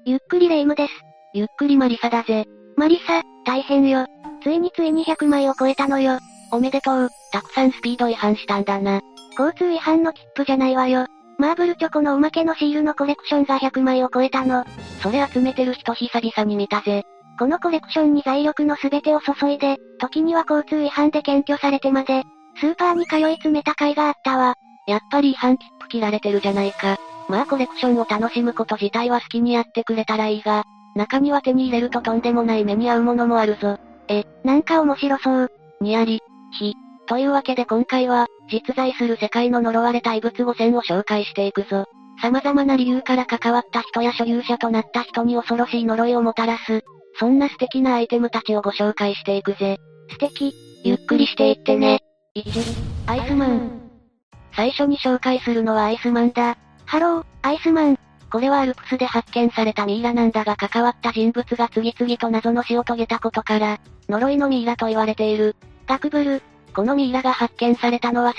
ゆっくりレ夢ムです。 ゆっくりマリサだぜ。 マリサ、大変よ。ついに100枚を超えたのよ。 おめでとう、たくさんスピード違反したんだな。 交通違反の切符じゃないわよ。マーブルチョコのおまけのシールのコレクションが100枚を超えたの。 それ集めてる人久々に見たぜ。 このコレクションに財力の全てを注いで、時には交通違反で検挙されてまで、スーパーに通い詰めた甲斐があったわ。 やっぱり違反切符切られてるじゃないか。まあコレクションを楽しむこと自体は好きにやってくれたらいいが、中には手に入れるととんでもない目に遭うものもあるぞ。 なんか面白そう。 にやり、というわけで今回は、実在する世界の呪われた遺物5000を紹介していくぞ。様々な理由から関わった人や所有者となった人に恐ろしい呪いをもたらす、そんな素敵なアイテムたちをご紹介していくぜ。 素敵。 ゆっくりしていってね。1、アイスマン。最初に紹介するのはアイスマンだ。 ハロー、アイスマン。 これはアルプスで発見されたミイラなんだが関わった人物が次々と謎の死を遂げたことから、呪いのミイラと言われている。 ガクブル。 このミイラが発見されたのは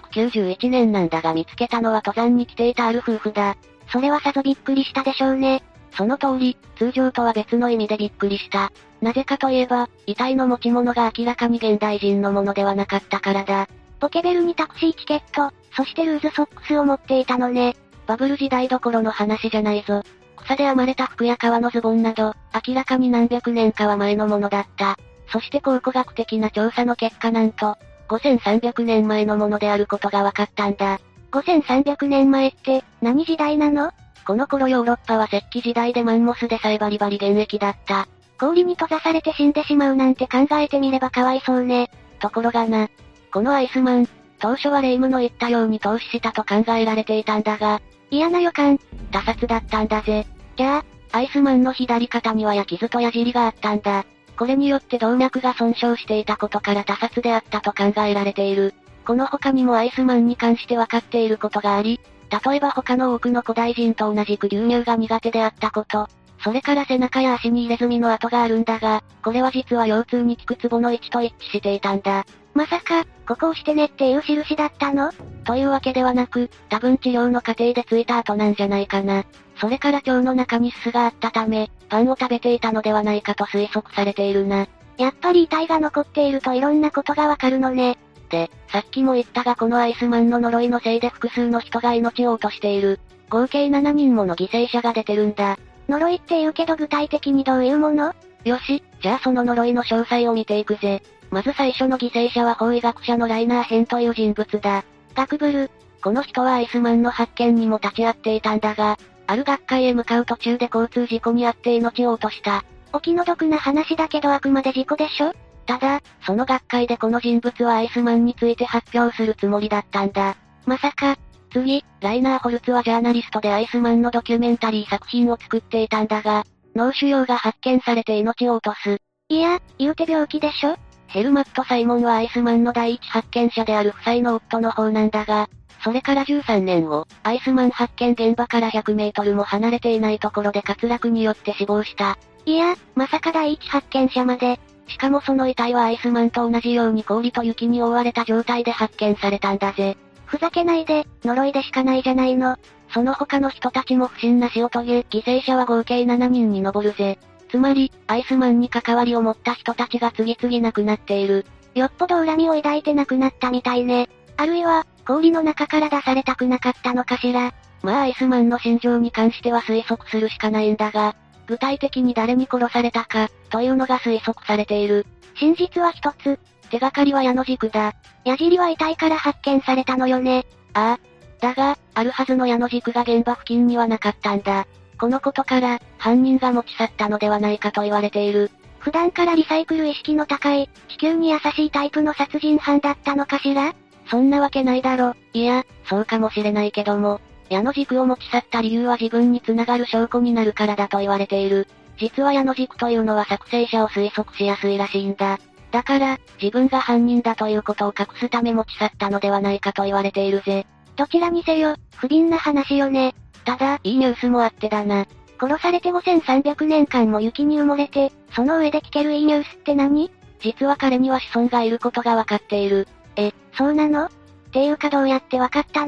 1991年なんだが見つけたのは登山に来ていたある夫婦だ。 それはさぞびっくりしたでしょうね。 その通り、通常とは別の意味でびっくりした。なぜかといえば、遺体の持ち物が明らかに現代人のものではなかったからだ。 ポケベルにタクシーチケット、そしてルーズソックスを持っていたのね。 バブル時代どころの話じゃないぞ。草で編まれた服や革のズボンなど、明らかに何百年かは前のものだった。そして考古学的な調査の結果なんと、5300年前のものであることが分かったんだ。 5300年前って、何時代なの？ この頃ヨーロッパは石器時代でマンモスでさえバリバリ現役だった。 氷に閉ざされて死んでしまうなんて考えてみればかわいそうね。 ところがな、このアイスマン、当初はレ夢ムの言ったように凍死したと考えられていたんだが、 嫌な予感。 他殺だったんだぜ。 じゃあ、 アイスマンの左肩には矢傷と矢尻があったんだ。これによって動脈が損傷していたことから他殺であったと考えられている。この他にもアイスマンに関して分かっていることがあり、例えば他の多くの古代人と同じく牛乳が苦手であったこと、それから背中や足に入れ墨の跡があるんだが、これは実は腰痛に効くツボの位置と一致していたんだ。 まさか、ここ押してねっていう印だったの？ というわけではなく、多分治療の過程でついた跡なんじゃないかな。それから腸の中にすすがあったため、パンを食べていたのではないかと推測されているな。 やっぱり遺体が残っているといろんなことがわかるのね。 で、さっきも言ったがこのアイスマンの呪いのせいで複数の人が命を落としている。合計7人もの犠牲者が出てるんだ。 呪いって言うけど具体的にどういうもの？ よし、じゃあその呪いの詳細を見ていくぜ。まず最初の犠牲者は法医学者のライナー・ヘンという人物だ。 ガクブル。 この人はアイスマンの発見にも立ち会っていたんだが、ある学会へ向かう途中で交通事故に遭って命を落とした。 お気の毒な話だけどあくまで事故でしょ？ ただ、その学会でこの人物はアイスマンについて発表するつもりだったんだ。 まさか。 次、ライナー・ホルツはジャーナリストでアイスマンのドキュメンタリー作品を作っていたんだが、脳腫瘍が発見されて命を落とす。 いや、言うて病気でしょ？ ヘルマット・サイモンはアイスマンの第一発見者である夫妻の夫の方なんだが、それから13年後、アイスマン発見現場から100メートルも離れていないところで滑落によって死亡した。 いや、まさか第一発見者まで。 しかもその遺体はアイスマンと同じように氷と雪に覆われた状態で発見されたんだぜ。 ふざけないで、呪いでしかないじゃないの。 その他の人たちも不審な死を遂げ、犠牲者は合計7人に上るぜ。つまり、アイスマンに関わりを持った人たちが次々亡くなっている。 よっぽど恨みを抱いて亡くなったみたいね。あるいは、氷の中から出されたくなかったのかしら。 まあアイスマンの心情に関しては推測するしかないんだが、具体的に誰に殺されたか、というのが推測されている。 真実は一つ。 手がかりは矢の軸だ。 矢尻は遺体から発見されたのよね。 ああ。だが、あるはずの矢の軸が現場付近にはなかったんだ。このことから、犯人が持ち去ったのではないかと言われている。 普段からリサイクル意識の高い、地球に優しいタイプの殺人犯だったのかしら？ そんなわけないだろ。いや、そうかもしれないけども、矢の軸を持ち去った理由は自分に繋がる証拠になるからだと言われている。実は矢の軸というのは作成者を推測しやすいらしいんだ。だから、自分が犯人だということを隠すため持ち去ったのではないかと言われているぜ。 どちらにせよ、不憫な話よね。 ただ、いいニュースもあってだな。 殺されて5300年間も雪に埋もれて、その上で聞けるいいニュースって何？ 実は彼には子孫がいることがわかっている。 そうなの？っていうかどうやってわかったの？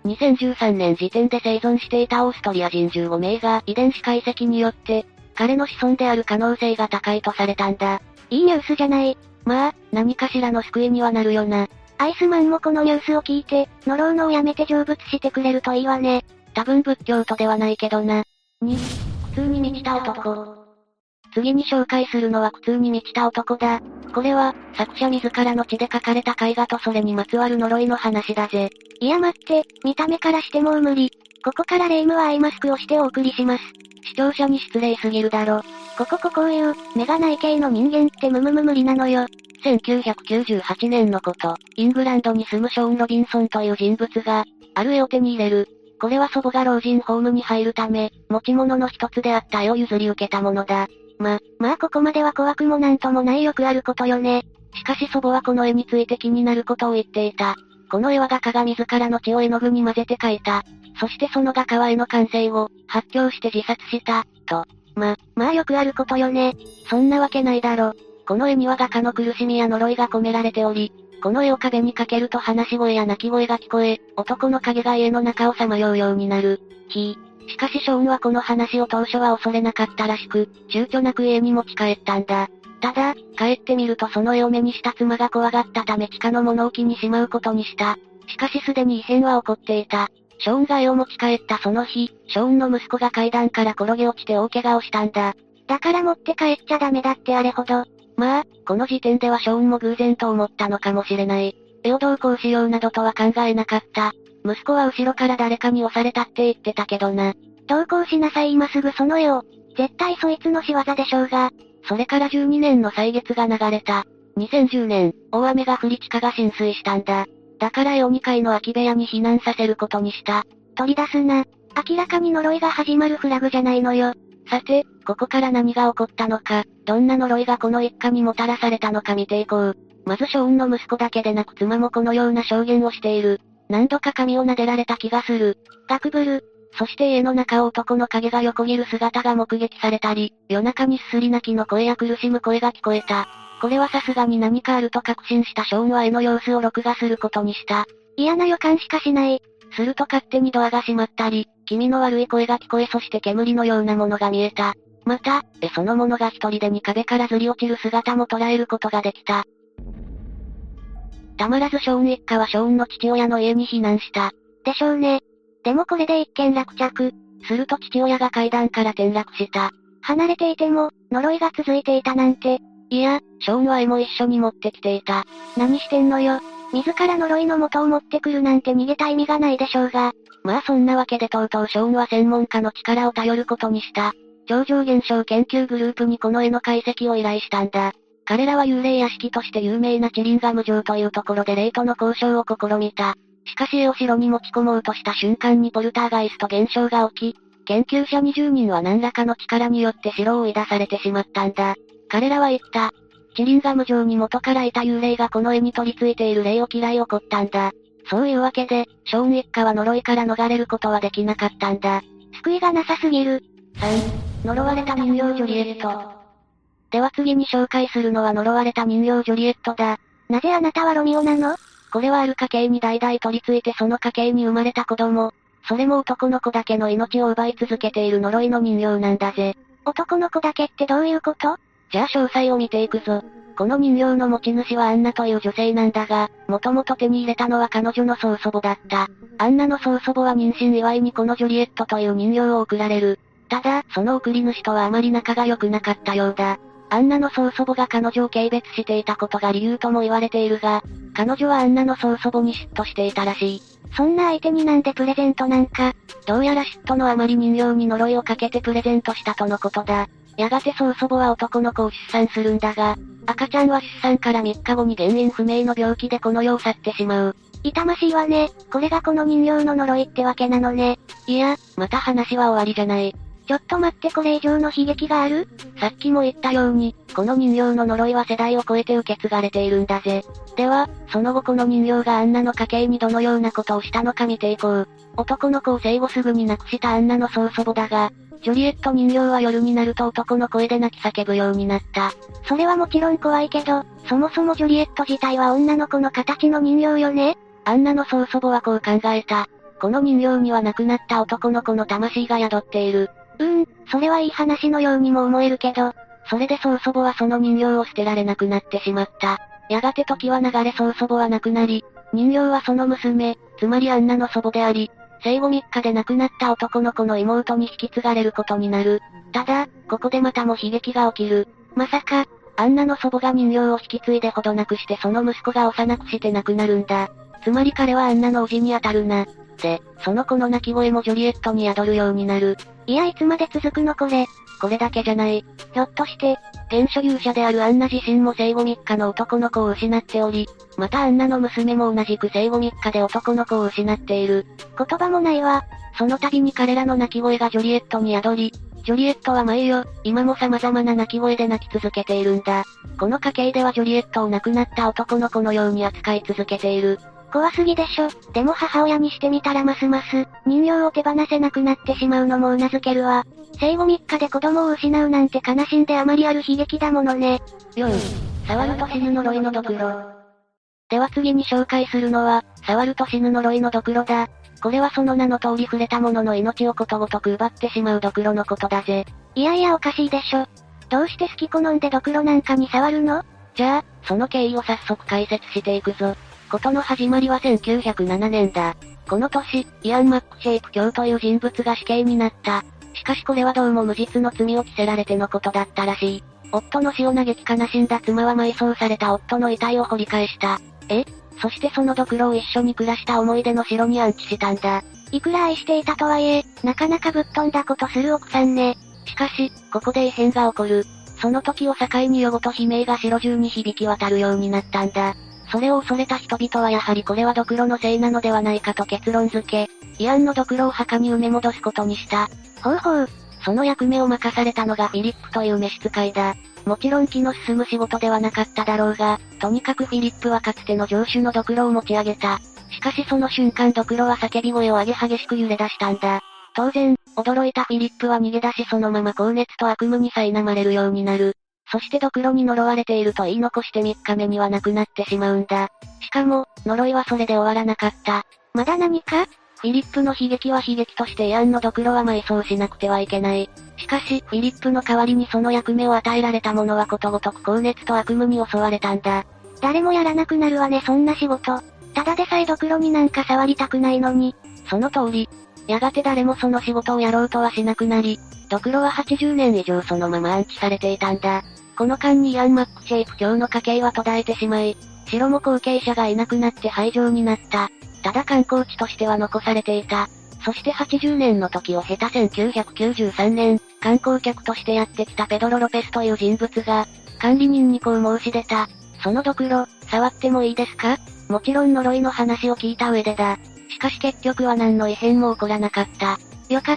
2013年時点で生存していたオーストリア人15名が遺伝子解析によって、彼の子孫である可能性が高いとされたんだ。 いいニュースじゃない。 まあ、何かしらの救いにはなるよな。 アイスマンもこのニュースを聞いて、呪うのをやめて成仏してくれるといいわね。 多分仏教徒ではないけどな。2、苦痛に満ちた男。次に紹介するのは苦痛に満ちた男だ。これは、作者自らの血で書かれた絵画とそれにまつわる呪いの話だぜ。 いや待って、見た目からしてもう無理。ここから霊夢はアイマスクをしてお送りします。 視聴者に失礼すぎるだろ。 こういう、目がない系の人間って無理なのよ。 1998年のこと、イングランドに住むショーン・ロビンソンという人物が、ある絵を手に入れる。これは祖母が老人ホームに入るため、持ち物の一つであった絵を譲り受けたものだ。 まあここまでは怖くもなんともないよくあることよね。 しかし祖母はこの絵について気になることを言っていた。この絵は画家が自らの血を絵の具に混ぜて描いた。そしてその画家は絵の完成後、発狂して自殺した、と。 まあよくあることよね。 そんなわけないだろ。この絵には画家の苦しみや呪いが込められており、この絵を壁にかけると話し声や泣き声が聞こえ、男の影が家の中をさまようようになる。しかしショーンはこの話を当初は恐れなかったらしく、躊躇なく家に持ち帰ったんだ。ただ、帰ってみるとその絵を目にした妻が怖がったため地下の物置にしまうことにした。しかしすでに異変は起こっていた。ショーンが絵を持ち帰ったその日、ショーンの息子が階段から転げ落ちて大怪我をしたんだ。 だから持って帰っちゃダメだってあれほど。 まあ、この時点ではショーンも偶然と思ったのかもしれない。絵を同行しようなどとは考えなかった。息子は後ろから誰かに押されたって言ってたけどな。 同行しなさい今すぐその絵を。絶対そいつの仕業でしょうが。 それから12年の歳月が流れた。2010年、大雨が降り地下が浸水したんだ。だから絵を2階の空き部屋に避難させることにした。 取り出すな。明らかに呪いが始まるフラグじゃないのよ。 さて、ここから何が起こったのか、どんな呪いがこの一家にもたらされたのか見ていこう。まずショーンの息子だけでなく妻もこのような証言をしている。何度か髪を撫でられた気がする。 ガクブル。 そして家の中を男の影が横切る姿が目撃されたり、夜中にすすり泣きの声や苦しむ声が聞こえた。これはさすがに何かあると確信したショーンは絵の様子を録画することにした。 嫌な予感しかしない。 すると勝手にドアが閉まったり、気味の悪い声が聞こえそして煙のようなものが見えた。また、絵そのものが一人でに壁からずり落ちる姿も捉えることができた。たまらずショーン一家はショーンの父親の家に避難した。 でしょうね。でもこれで一件落着。 すると父親が階段から転落した。 離れていても、呪いが続いていたなんて。 いや、ショーンは絵も一緒に持ってきていた。 何してんのよ。自ら呪いの元を持ってくるなんて逃げた意味がないでしょうが。 まあそんなわけでとうとうショーンは専門家の力を頼ることにした。超常現象研究グループにこの絵の解析を依頼したんだ。彼らは幽霊屋敷として有名なチリンガム城というところで霊との交渉を試みた。しかし絵を城に持ち込もうとした瞬間にポルターガイスト現象が起き、研究者20人は何らかの力によって城を追い出されてしまったんだ。彼らは言った。チリンガム城に元からいた幽霊がこの絵に取り付いている霊を嫌い起こったんだ。そういうわけで、ショーン一家は呪いから逃れることはできなかったんだ。 救いがなさすぎる。 3、呪われた人形ジョリエット。では次に紹介するのは呪われた人形ジョリエットだ。 なぜあなたはロミオなの？ これはある家系に代々取り付いてその家系に生まれた子供。それも男の子だけの命を奪い続けている呪いの人形なんだぜ。 男の子だけってどういうこと？ じゃあ詳細を見ていくぞ。この人形の持ち主はアンナという女性なんだが、もともと手に入れたのは彼女の曽祖母だった。アンナの曽祖母は妊娠祝いにこのジョリエットという人形を贈られる。ただ、その贈り主とはあまり仲が良くなかったようだ。アンナの曽祖母が彼女を軽蔑していたことが理由とも言われているが、彼女はアンナの曽祖母に嫉妬していたらしい。 そんな相手になんでプレゼントなんか。 どうやら嫉妬のあまり人形に呪いをかけてプレゼントしたとのことだ。やがて曽祖母は男の子を出産するんだが、赤ちゃんは出産から3日後に原因不明の病気でこの世を去ってしまう。 痛ましいわね。これがこの人形の呪いってわけなのね。 いや、また話は終わりじゃない。 ちょっと待ってこれ以上の悲劇がある？ さっきも言ったように、この人形の呪いは世代を超えて受け継がれているんだぜ。では、その後この人形がアンナの家系にどのようなことをしたのか見ていこう。男の子を生後すぐに亡くしたアンナの曽祖母だが、ジョリエット人形は夜になると男の声で泣き叫ぶようになった。 それはもちろん怖いけど、そもそもジョリエット自体は女の子の形の人形よね？ アンナの曽祖母はこう考えた。 この人形には亡くなった男の子の魂が宿っている。 それはいい話のようにも思えるけど、 それで曽祖母はその人形を捨てられなくなってしまった。やがて時は流れ曽祖母は亡くなり、人形はその娘、つまりアンナの祖母であり、生後3日で亡くなった男の子の妹に引き継がれることになる。ただ、ここでまたも悲劇が起きる。 まさか、 アンナの祖母が人形を引き継いでほどなくしてその息子が幼くして亡くなるんだ。つまり彼はアンナの叔父に当たるな。で、その子の泣き声もジョリエットに宿るようになる。 いやいつまで続くのこれ。 これだけじゃない。 ひょっとして、 現所有者であるアンナ自身も生後3日の男の子を失っており、またアンナの娘も同じく生後3日で男の子を失っている。 言葉もないわ。 その度に彼らの泣き声がジョリエットに宿り、ジョリエットは毎夜、今も様々な泣き声で泣き続けているんだ。この家系ではジョリエットを亡くなった男の子のように扱い続けている。 怖すぎでしょ。でも母親にしてみたらますます、人形を手放せなくなってしまうのも頷けるわ。生後3日で子供を失うなんて悲しんであまりある悲劇だものね。 触ると死ぬ呪いのドクロ。では次に紹介するのは、触ると死ぬ呪いのドクロだ。これはその名の通り触れた者の命をことごとく奪ってしまうドクロのことだぜ。 いやいやおかしいでしょ。どうして好き好んでドクロなんかに触るの？ じゃあ、その経緯を早速解説していくぞ。ことの始まりは1907年だ。この年、イアン・マックシェイプ卿という人物が死刑になった。しかしこれはどうも無実の罪を着せられてのことだったらしい。夫の死を嘆き悲しんだ妻は埋葬された夫の遺体を掘り返した。そしてそのドクロを一緒に暮らした思い出の城に安置したんだ。 いくら愛していたとはいえ、なかなかぶっ飛んだことする奥さんね。 しかし、ここで異変が起こる。その時を境に夜ごと悲鳴が城中に響き渡るようになったんだ。それを恐れた人々はやはりこれはドクロのせいなのではないかと結論付け、イアンのドクロを墓に埋め戻すことにした。 ほうほう。 その役目を任されたのがフィリップという召使いだ。もちろん気の進む仕事ではなかっただろうが、とにかくフィリップはかつての城主のドクロを持ち上げた。しかしその瞬間ドクロは叫び声を上げ激しく揺れ出したんだ。当然、驚いたフィリップは逃げ出しそのまま高熱と悪夢に苛まれるようになる。そしてドクロに呪われていると言い残して3日目には亡くなってしまうんだ。しかも、呪いはそれで終わらなかった。 まだ何か？ フィリップの悲劇は悲劇としてイアンのドクロは埋葬しなくてはいけない。しかし、フィリップの代わりにその役目を与えられた者はことごとく高熱と悪夢に襲われたんだ。 誰もやらなくなるわねそんな仕事。ただでさえドクロになんか触りたくないのに。 その通り。やがて誰もその仕事をやろうとはしなくなり、ドクロは80年以上そのまま安置されていたんだ。この間にイアン・マックシェイプ卿の家系は途絶えてしまい、城も後継者がいなくなって廃城になった。ただ観光地としては残されていた。そして80年の時を経た1993年、観光客としてやってきたペドロ・ロペスという人物が、管理人にこう申し出た。そのドクロ、触ってもいいですか？もちろん呪いの話を聞いた上でだ。しかし結局は何の異変も起こらなかった。 よかった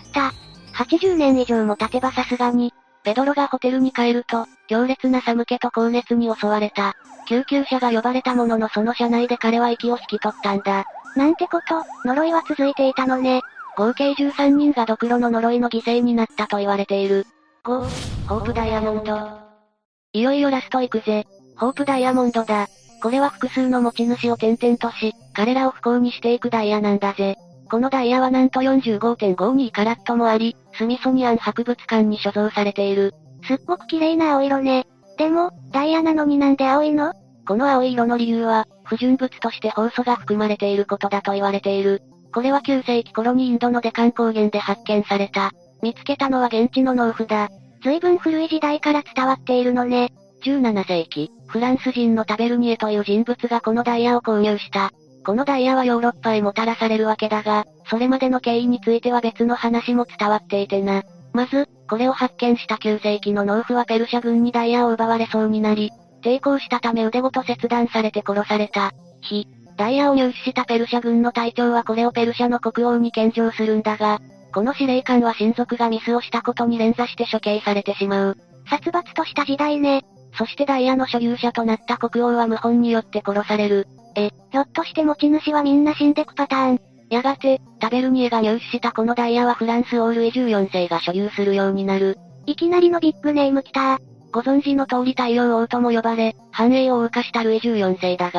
。80年以上も経てばさすがに。 ペドロがホテルに帰ると、強烈な寒気と高熱に襲われた。救急車が呼ばれたもののその車内で彼は息を引き取ったんだ。 なんてこと、呪いは続いていたのね。 合計13人がドクロの呪いの犠牲になったと言われている。5、ホープダイヤモンド。いよいよラスト行くぜ。ホープダイヤモンドだ。これは複数の持ち主を転々とし、彼らを不幸にしていくダイヤなんだぜ。このダイヤはなんと 45.52 カラットもあり、スミソニアン博物館に所蔵されている。 すっごく綺麗な青色ね。でも、ダイヤなのになんで青いの？ この青い色の理由は、不純物として酵素が含まれていることだと言われている。これは9世紀頃にインドのデカン高原で発見された。見つけたのは現地の農夫だ。 随分古い時代から伝わっているのね。 17世紀、フランス人のタベルニエという人物がこのダイヤを購入した。このダイヤはヨーロッパへもたらされるわけだが、それまでの経緯については別の話も伝わっていてな。まず、これを発見した9世紀の農夫はペルシャ軍にダイヤを奪われそうになり、抵抗したため腕ごと切断されて殺された。ダイヤを入手したペルシャ軍の隊長はこれをペルシャの国王に献上するんだが、この司令官は親族がミスをしたことに連座して処刑されてしまう。 殺伐とした時代ね。 そしてダイヤの所有者となった国王は謀反によって殺される。 ひょっとして持ち主はみんな死んでくパターン。 やがて、タベルニエが入手したこのダイヤはフランス王ルイ14世が所有するようになる。 いきなりのビッグネーム来た。 ご存知の通り太陽王とも呼ばれ、繁栄を謳歌したルイ14世だが、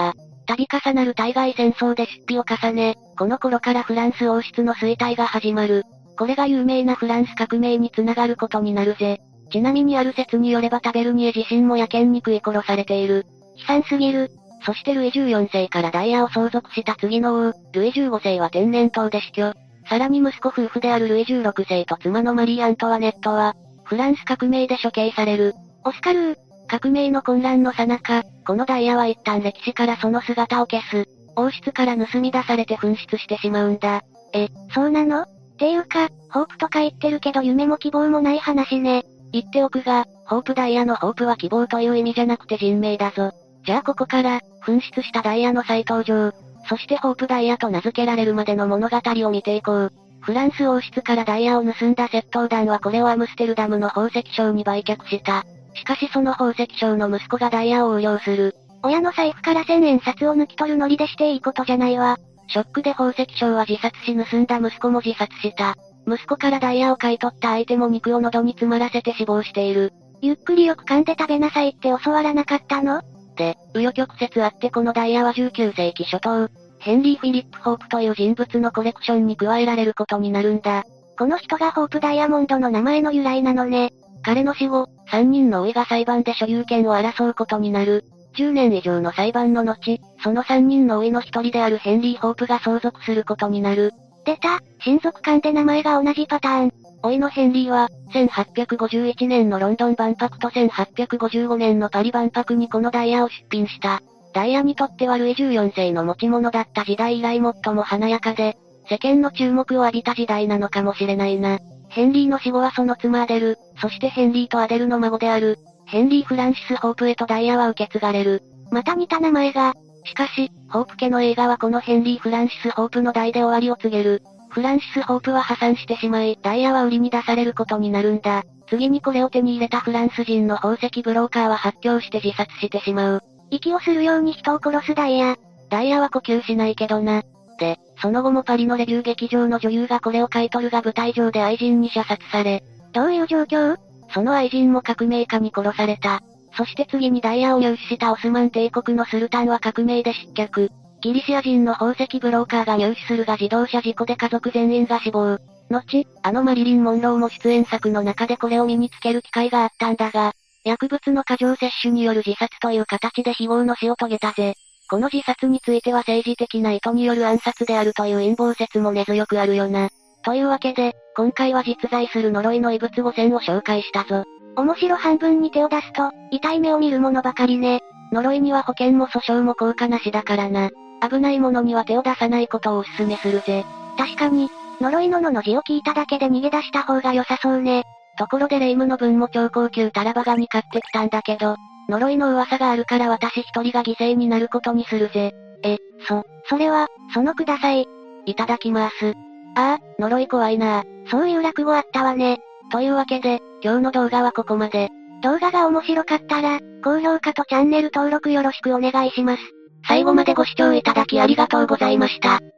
度重なる対外戦争で出費を重ね、この頃からフランス王室の衰退が始まる。これが有名なフランス革命につながることになるぜ。ちなみにある説によればタベルニエ自身も野犬に食い殺されている。 悲惨すぎる。 そしてルイ14世からダイヤを相続した次の王、ルイ15世は天然痘で死去。さらに息子夫婦であるルイ16世と妻のマリー・アントワネットは、フランス革命で処刑される。 オスカルー。 革命の混乱の最中、このダイヤは一旦歴史からその姿を消す。王室から盗み出されて紛失してしまうんだ。 そうなの？っていうか、ホープとか言ってるけど夢も希望もない話ね。 言っておくが、ホープダイヤのホープは希望という意味じゃなくて人命だぞ。じゃあここから、紛失したダイヤの再登場、そしてホープダイヤと名付けられるまでの物語を見ていこう。フランス王室からダイヤを盗んだ窃盗団はこれをアムステルダムの宝石商に売却した。しかしその宝石商の息子がダイヤを横領する。 親の財布から1000円札を抜き取るノリでしていいことじゃないわ。 ショックで宝石商は自殺し盗んだ息子も自殺した。息子からダイヤを買い取った相手も肉を喉に詰まらせて死亡している。 ゆっくりよく噛んで食べなさいって教わらなかったの？ で、紆余曲折あってこのダイヤは19世紀初頭、ヘンリー・フィリップ・ホープという人物のコレクションに加えられることになるんだ。 この人がホープダイヤモンドの名前の由来なのね。 彼の死後、3人の甥が裁判で所有権を争うことになる。10年以上の裁判の後、その3人の甥の一人であるヘンリー・ホープが相続することになる。 出た、親族間で名前が同じパターン。 甥のヘンリーは、1851年のロンドン万博と1855年のパリ万博にこのダイヤを出品した。ダイヤにとってはルイ14世の持ち物だった時代以来最も華やかで、世間の注目を浴びた時代なのかもしれないな。ヘンリーの死後はその妻アデル、そしてヘンリーとアデルの孫である、ヘンリー・フランシス・ホープへとダイヤは受け継がれる。 また似た名前が。 しかし、ホープ家の映画はこのヘンリー・フランシス・ホープの代で終わりを告げる。フランシス・ホープは破産してしまい、ダイヤは売りに出されることになるんだ。次にこれを手に入れたフランス人の宝石ブローカーは発狂して自殺してしまう。 息をするように人を殺すダイヤ。 ダイヤは呼吸しないけどな。で、その後もパリのレビュー劇場の女優がこれを買い取るが舞台上で愛人に射殺され。 どういう状況？ その愛人も革命家に殺された。そして次にダイヤを入手したオスマン帝国のスルタンは革命で失脚。ギリシア人の宝石ブローカーが入手するが自動車事故で家族全員が死亡。後、マリリン・モンローも出演作の中でこれを身につける機会があったんだが、薬物の過剰摂取による自殺という形で非業の死を遂げたぜ。この自殺については政治的な意図による暗殺であるという陰謀説も根強くあるよな。というわけで、今回は実在する呪いの遺物5選を紹介したぞ。 面白半分に手を出すと、痛い目を見るものばかりね。 呪いには保険も訴訟も効果なしだからな。危ないものには手を出さないことをお勧めするぜ。 確かに、呪いのの字を聞いただけで逃げ出した方が良さそうね。 ところでレイムの分も超高級タラバガニ買ってきたんだけど、呪いの噂があるから私一人が犠牲になることにするぜ。 それは、そのください。 いただきます。ああ、呪い怖いな。 そういう落語あったわね。 というわけで、今日の動画はここまで。 動画が面白かったら、高評価とチャンネル登録よろしくお願いします。 最後までご視聴いただきありがとうございました。